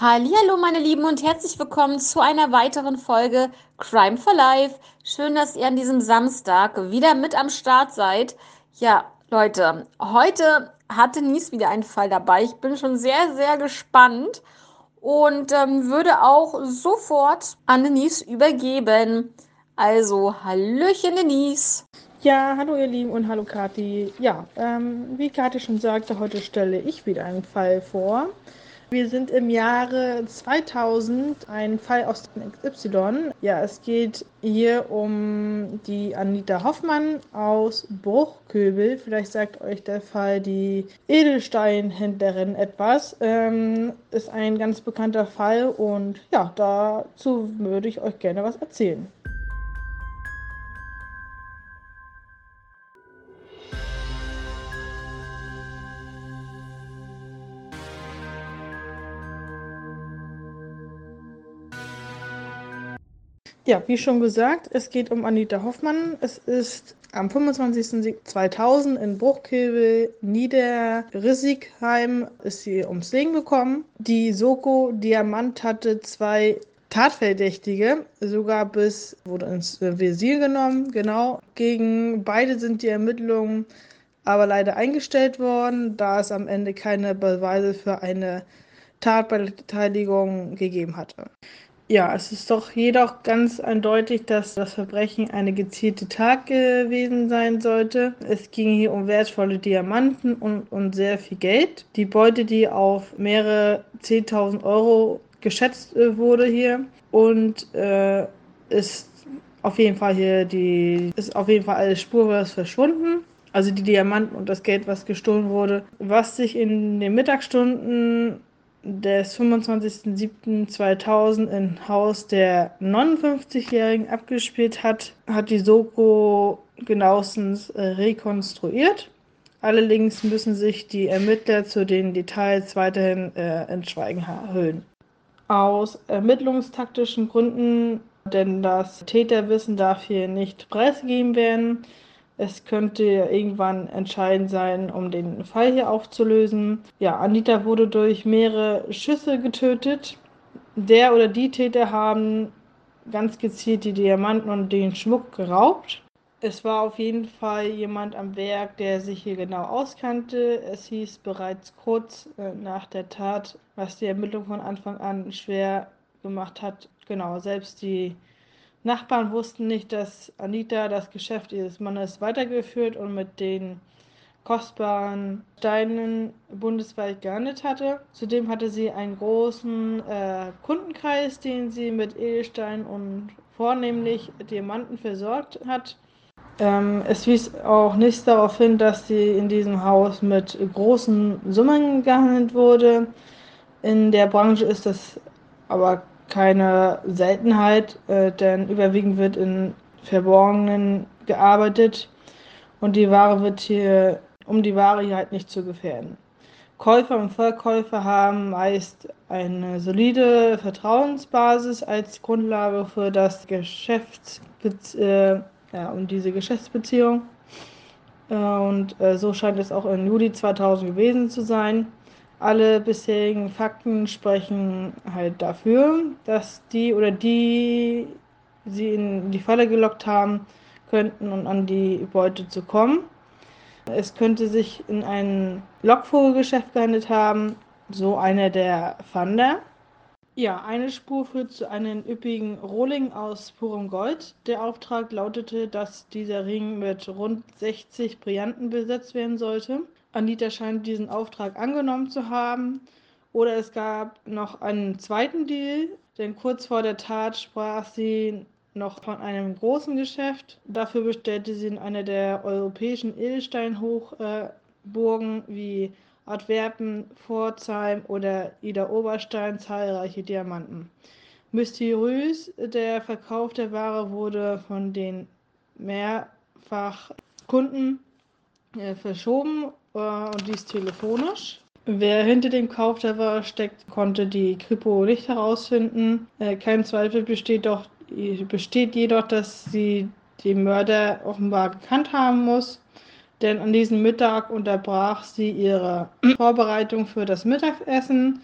Hallihallo, meine Lieben, und herzlich willkommen zu einer weiteren Folge Crime for Life. Schön, dass ihr an diesem Samstag wieder mit am Start seid. Ja, Leute, heute hat Denise wieder einen Fall dabei. Ich bin schon sehr, sehr gespannt und würde auch sofort an Denise übergeben. Also, Hallöchen, Denise. Ja, hallo ihr Lieben und hallo Kathi. Ja, wie Kathi schon sagte, heute stelle ich wieder einen Fall vor. Wir sind im Jahre 2000, ein Fall aus dem XY. Ja, es geht hier um die Anita Hoffmann aus Bruchköbel. Vielleicht sagt euch der Fall die Edelsteinhändlerin etwas. Ist ein ganz bekannter Fall und ja, dazu würde ich euch gerne was erzählen. Ja, wie schon gesagt, es geht um Anita Hoffmann. Es ist am 25.2000 in Bruchköbel, Niederrissigheim, ist sie ums Leben gekommen. Die Soko Diamant hatte zwei Tatverdächtige, sogar wurde ins Visier genommen, genau. Gegen beide sind die Ermittlungen aber leider eingestellt worden, da es am Ende keine Beweise für eine Tatbeteiligung gegeben hatte. Ja, es ist doch jedoch ganz eindeutig, dass das Verbrechen eine gezielte Tat gewesen sein sollte. Es ging hier um wertvolle Diamanten und sehr viel Geld. Die Beute, die auf mehrere 10.000 Euro geschätzt wurde hier und ist auf jeden Fall ist auf jeden Fall alles spurlos verschwunden. Also die Diamanten und das Geld, was gestohlen wurde, was sich in den Mittagsstunden des 25.07.2000 im Haus der 59-Jährigen abgespielt hat, hat die Soko genauestens rekonstruiert. Allerdings müssen sich die Ermittler zu den Details weiterhin in Schweigen hüllen. Aus ermittlungstaktischen Gründen, denn das Täterwissen darf hier nicht preisgegeben werden. Es könnte irgendwann entscheidend sein, um den Fall hier aufzulösen. Ja, Anita wurde durch mehrere Schüsse getötet. Der oder die Täter haben ganz gezielt die Diamanten und den Schmuck geraubt. Es war auf jeden Fall jemand am Werk, der sich hier genau auskannte. Es hieß bereits kurz nach der Tat, was die Ermittlung von Anfang an schwer gemacht hat. Genau, selbst die Nachbarn wussten nicht, dass Anita das Geschäft ihres Mannes weitergeführt und mit den kostbaren Steinen bundesweit gehandelt hatte. Zudem hatte sie einen großen Kundenkreis, den sie mit Edelsteinen und vornehmlich Diamanten versorgt hat. Es wies auch nichts darauf hin, dass sie in diesem Haus mit großen Summen gehandelt wurde. In der Branche ist das aber keine Seltenheit, denn überwiegend wird in Verborgenen gearbeitet und um die Ware hier halt nicht zu gefährden. Käufer und Verkäufer haben meist eine solide Vertrauensbasis als Grundlage für das um diese Geschäftsbeziehung. Und so scheint es auch im Juli 2000 gewesen zu sein. Alle bisherigen Fakten sprechen halt dafür, dass die oder die sie in die Falle gelockt haben könnten, um an die Beute zu kommen. Es könnte sich in ein Lockvogelgeschäft gehandelt haben, so einer der Fander. Ja, eine Spur führt zu einem üppigen Rohling aus purem Gold. Der Auftrag lautete, dass dieser Ring mit rund 60 Brillanten besetzt werden sollte. Anita scheint diesen Auftrag angenommen zu haben. Oder es gab noch einen zweiten Deal, denn kurz vor der Tat sprach sie noch von einem großen Geschäft. Dafür bestellte sie in einer der europäischen Edelsteinhochburgen wie Antwerpen, Pforzheim oder Ida-Oberstein zahlreiche Diamanten. Mysteriös, der Verkauf der Ware wurde von den mehrfach Kunden verschoben und dies telefonisch. Wer hinter dem Kauf der Ware steckt, konnte die Kripo nicht herausfinden. Kein Zweifel besteht jedoch, dass sie den Mörder offenbar gekannt haben muss, denn an diesem Mittag unterbrach sie ihre Vorbereitung für das Mittagessen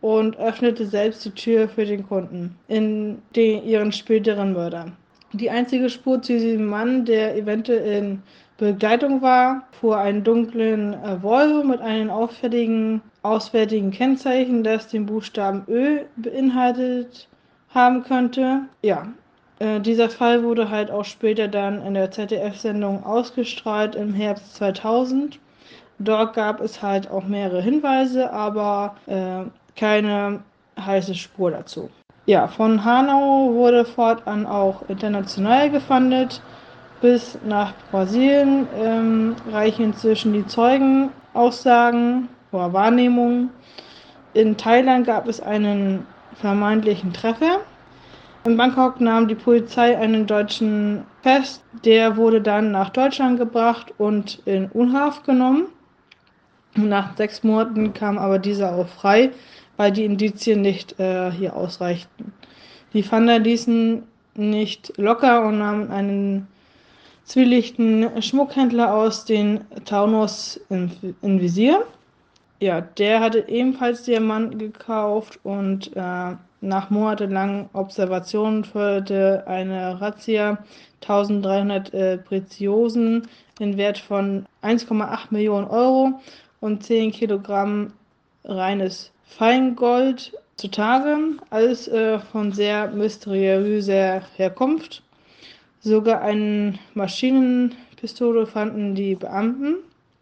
und öffnete selbst die Tür für den Kunden, ihren späteren Mörder. Die einzige Spur zu diesem Mann, der eventuell in Begleitung war, fuhr einen dunklen Volvo mit einem auffälligen, auswärtigen Kennzeichen, das den Buchstaben Ö beinhaltet haben könnte. Ja, dieser Fall wurde halt auch später dann in der ZDF-Sendung ausgestrahlt im Herbst 2000. Dort gab es halt auch mehrere Hinweise, aber keine heiße Spur dazu. Ja, von Hanau wurde fortan auch international gefahndet. Bis nach Brasilien reichen inzwischen die Zeugenaussagen oder Wahrnehmungen. In Thailand gab es einen vermeintlichen Treffer. In Bangkok nahm die Polizei einen Deutschen fest. Der wurde dann nach Deutschland gebracht und in U-Haft genommen. Nach 6 Monaten kam aber dieser auch frei, weil die Indizien nicht hier ausreichten. Die Fahnder ließen nicht locker und nahmen einen zwielichtigen Schmuckhändler aus den Taunus in Visier. Ja, der hatte ebenfalls Diamanten gekauft und nach monatelangen Observationen förderte eine Razzia 1300 Preziosen in Wert von 1,8 Millionen Euro und 10 Kilogramm reines Feingold zutage, alles von sehr mysteriöser Herkunft. Sogar eine Maschinenpistole fanden die Beamten.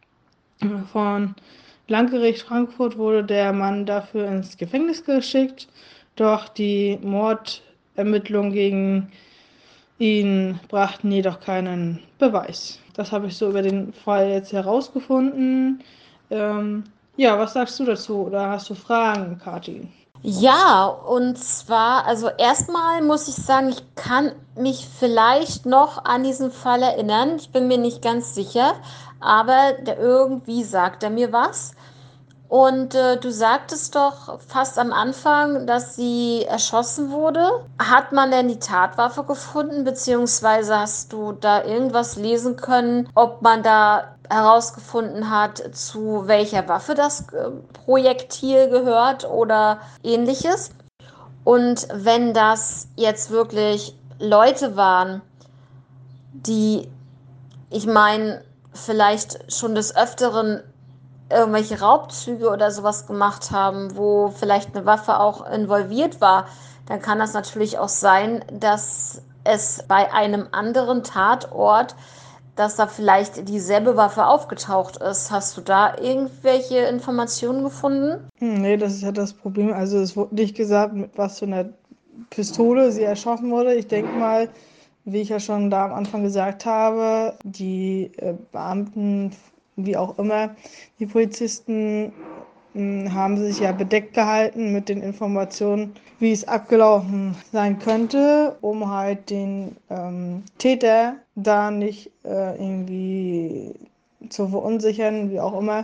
Von Landgericht Frankfurt wurde der Mann dafür ins Gefängnis geschickt, doch die Mordermittlungen gegen ihn brachten jedoch keinen Beweis. Das habe ich so über den Fall jetzt herausgefunden. Ja, was sagst du dazu oder hast du Fragen, Kathi? Ja, und zwar, also erstmal muss ich sagen, ich kann mich vielleicht noch an diesen Fall erinnern. Ich bin mir nicht ganz sicher, aber irgendwie sagt er mir was. Und du sagtest doch fast am Anfang, dass sie erschossen wurde. Hat man denn die Tatwaffe gefunden, beziehungsweise hast du da irgendwas lesen können, ob man da herausgefunden hat, zu welcher Waffe das Projektil gehört oder ähnliches? Und wenn das jetzt wirklich Leute waren, die, ich meine, vielleicht schon des Öfteren irgendwelche Raubzüge oder sowas gemacht haben, wo vielleicht eine Waffe auch involviert war, dann kann das natürlich auch sein, dass es bei einem anderen Tatort, dass da vielleicht dieselbe Waffe aufgetaucht ist. Hast du da irgendwelche Informationen gefunden? Nee, das ist ja das Problem. Also es wurde nicht gesagt, mit was für einer Pistole sie erschossen wurde. Ich denke mal, wie ich ja schon da am Anfang gesagt habe, die Beamten, wie auch immer, die Polizisten haben sich ja bedeckt gehalten mit den Informationen, wie es abgelaufen sein könnte, um halt den Täter da nicht irgendwie zu verunsichern, wie auch immer.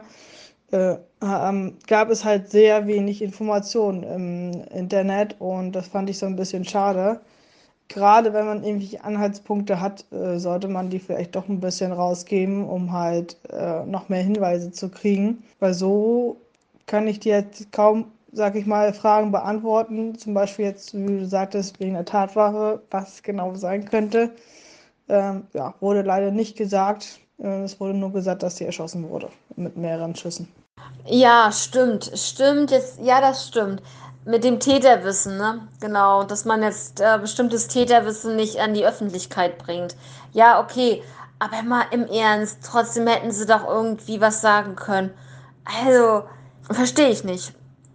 Gab es halt sehr wenig Informationen im Internet und das fand ich so ein bisschen schade. Gerade wenn man irgendwelche Anhaltspunkte hat, sollte man die vielleicht doch ein bisschen rausgeben, um halt noch mehr Hinweise zu kriegen. Weil so kann ich dir jetzt kaum, sag ich mal, Fragen beantworten. Zum Beispiel jetzt, wie du sagtest, wegen der Tatwaffe, was genau sein könnte. Ja, wurde leider nicht gesagt. Es wurde nur gesagt, dass sie erschossen wurde mit mehreren Schüssen. Ja, stimmt, stimmt, jetzt, ja, das stimmt. Mit dem Täterwissen, ne? Genau, dass man jetzt bestimmtes Täterwissen nicht an die Öffentlichkeit bringt. Ja, okay, aber mal im Ernst, trotzdem hätten sie doch irgendwie was sagen können. Also, verstehe ich nicht.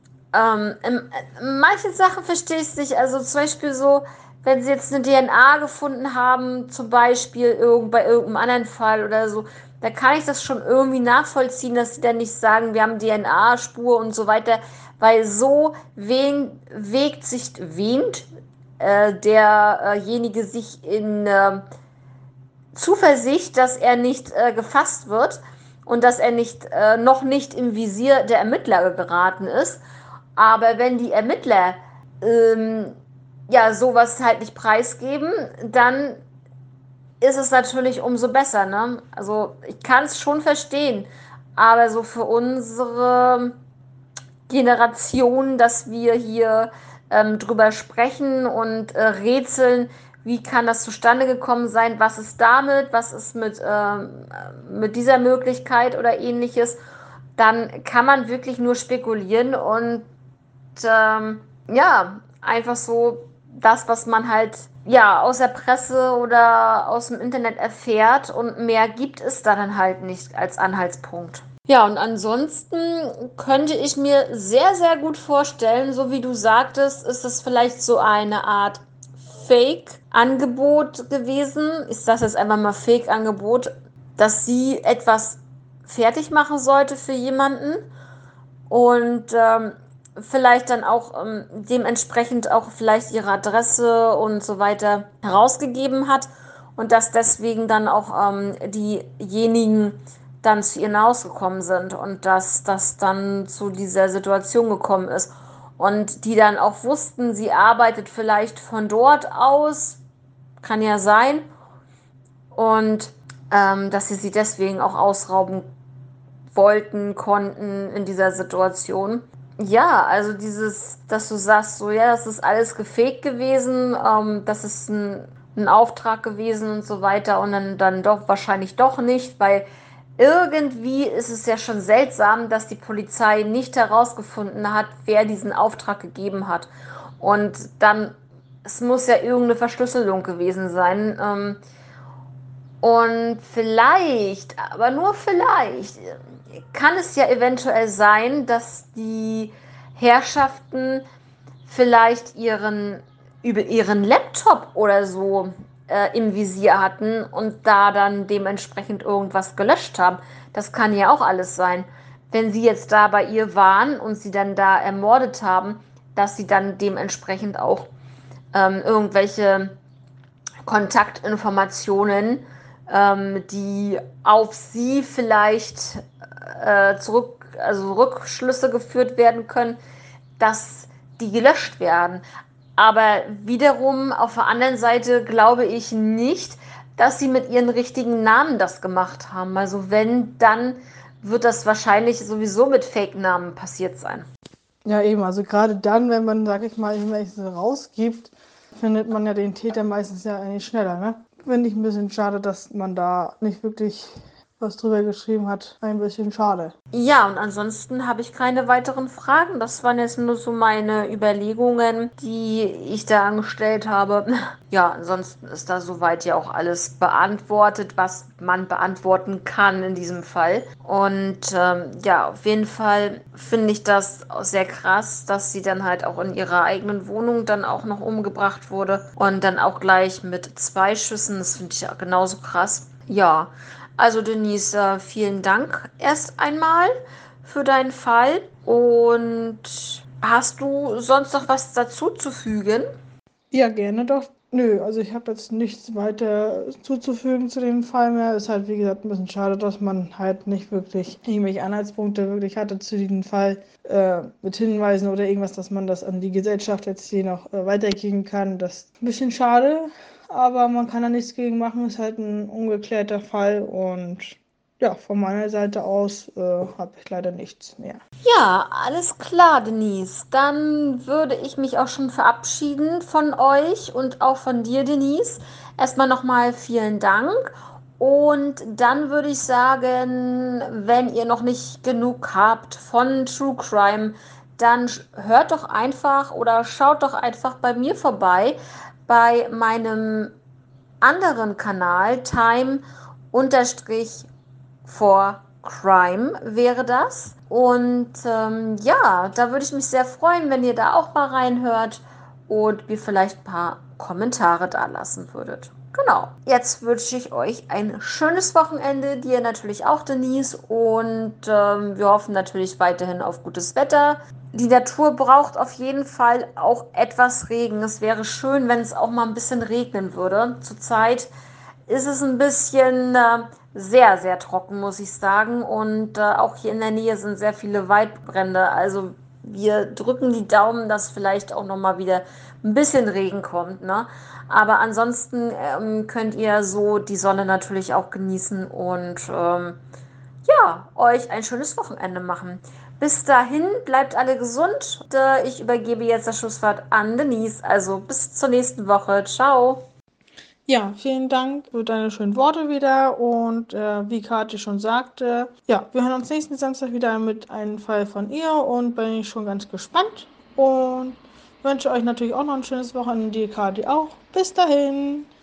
Manche Sachen verstehe ich nicht. Also zum Beispiel so, wenn sie jetzt eine DNA gefunden haben, zum Beispiel bei irgendeinem anderen Fall oder so, da kann ich das schon irgendwie nachvollziehen, dass sie dann nicht sagen, wir haben DNA-Spur und so weiter, weil so wähnt derjenige sich in Zuversicht, dass er nicht gefasst wird und dass er noch nicht im Visier der Ermittler geraten ist. Aber wenn die Ermittler ähm, ja sowas halt nicht preisgeben, dann ist es natürlich umso besser, ne? Also ich kann es schon verstehen, aber so für unsere Generationen, dass wir hier drüber sprechen und rätseln, wie kann das zustande gekommen sein, was ist damit, was ist mit dieser Möglichkeit oder ähnliches, dann kann man wirklich nur spekulieren und ja, einfach so das, was man halt ja aus der Presse oder aus dem Internet erfährt und mehr gibt es da dann halt nicht als Anhaltspunkt. Ja, und ansonsten könnte ich mir sehr, sehr gut vorstellen, so wie du sagtest, ist es vielleicht so eine Art Fake-Angebot gewesen. Ich sage jetzt einfach mal Fake-Angebot, dass sie etwas fertig machen sollte für jemanden und vielleicht dann auch dementsprechend auch vielleicht ihre Adresse und so weiter herausgegeben hat und dass deswegen dann auch diejenigen dann zu ihr nach Hause gekommen sind und dass das dann zu dieser Situation gekommen ist und die dann auch wussten, sie arbeitet vielleicht von dort aus, kann ja sein, und dass sie deswegen auch ausrauben wollten, konnten in dieser Situation. Ja, also dieses, dass du sagst, so ja, das ist alles gefaked gewesen, das ist ein Auftrag gewesen und so weiter und dann doch wahrscheinlich doch nicht, weil irgendwie ist es ja schon seltsam, dass die Polizei nicht herausgefunden hat, wer diesen Auftrag gegeben hat. Und dann, es muss ja irgendeine Verschlüsselung gewesen sein. Und vielleicht, aber nur vielleicht, kann es ja eventuell sein, dass die Herrschaften vielleicht über ihren Laptop oder so im Visier hatten und da dann dementsprechend irgendwas gelöscht haben. Das kann ja auch alles sein. Wenn sie jetzt da bei ihr waren und sie dann da ermordet haben, dass sie dann dementsprechend auch irgendwelche Kontaktinformationen, die auf sie vielleicht also Rückschlüsse geführt werden können, dass die gelöscht werden. Aber wiederum auf der anderen Seite glaube ich nicht, dass sie mit ihren richtigen Namen das gemacht haben. Also wenn, dann wird das wahrscheinlich sowieso mit Fake-Namen passiert sein. Ja, eben, also gerade dann, wenn man, sag ich mal, irgendwelches rausgibt, findet man ja den Täter meistens ja eigentlich schneller, ne? Finde ich ein bisschen schade, dass man da nicht wirklich was drüber geschrieben hat. Ein bisschen schade. Ja, und ansonsten habe ich keine weiteren Fragen. Das waren jetzt nur so meine Überlegungen, die ich da angestellt habe. Ja, ansonsten ist da soweit ja auch alles beantwortet, was man beantworten kann in diesem Fall. Und ja, auf jeden Fall finde ich das auch sehr krass, dass sie dann halt auch in ihrer eigenen Wohnung dann auch noch umgebracht wurde und dann auch gleich mit 2 Schüssen. Das finde ich ja genauso krass. Ja, also Denise, vielen Dank erst einmal für deinen Fall. Und hast du sonst noch was dazu zu fügen? Ja, gerne doch. Nö, also ich habe jetzt nichts weiter zuzufügen zu dem Fall mehr. Ist halt, wie gesagt, ein bisschen schade, dass man halt nicht wirklich irgendwelche Anhaltspunkte wirklich hatte zu diesem Fall mit Hinweisen oder irgendwas, dass man das an die Gesellschaft jetzt hier noch weitergeben kann. Das ist ein bisschen schade, aber man kann da nichts gegen machen. Ist halt ein ungeklärter Fall und ja, von meiner Seite aus habe ich leider nichts mehr. Ja, alles klar, Denise. Dann würde ich mich auch schon verabschieden von euch und auch von dir, Denise. Erstmal nochmal vielen Dank. Und dann würde ich sagen, wenn ihr noch nicht genug habt von True Crime, dann hört doch einfach oder schaut doch einfach bei mir vorbei bei meinem anderen Kanal Time unterstrich for Crime wäre das. Und ja, da würde ich mich sehr freuen, wenn ihr da auch mal reinhört und mir vielleicht ein paar Kommentare da lassen würdet. Genau. Jetzt wünsche ich euch ein schönes Wochenende, dir natürlich auch, Denise. Und wir hoffen natürlich weiterhin auf gutes Wetter. Die Natur braucht auf jeden Fall auch etwas Regen. Es wäre schön, wenn es auch mal ein bisschen regnen würde. Zurzeit ist es ein bisschen sehr, sehr trocken, muss ich sagen. Und auch hier in der Nähe sind sehr viele Waldbrände. Also wir drücken die Daumen, dass vielleicht auch noch mal wieder ein bisschen Regen kommt, ne? Aber ansonsten könnt ihr so die Sonne natürlich auch genießen und ja, euch ein schönes Wochenende machen. Bis dahin, bleibt alle gesund. Ich übergebe jetzt das Schlusswort an Denise. Also bis zur nächsten Woche. Ciao. Ja, vielen Dank für deine schönen Worte wieder und wie Kathi schon sagte, ja, wir hören uns nächsten Samstag wieder mit einem Fall von ihr und bin ich schon ganz gespannt und wünsche euch natürlich auch noch ein schönes Wochenende, die Kathi auch. Bis dahin!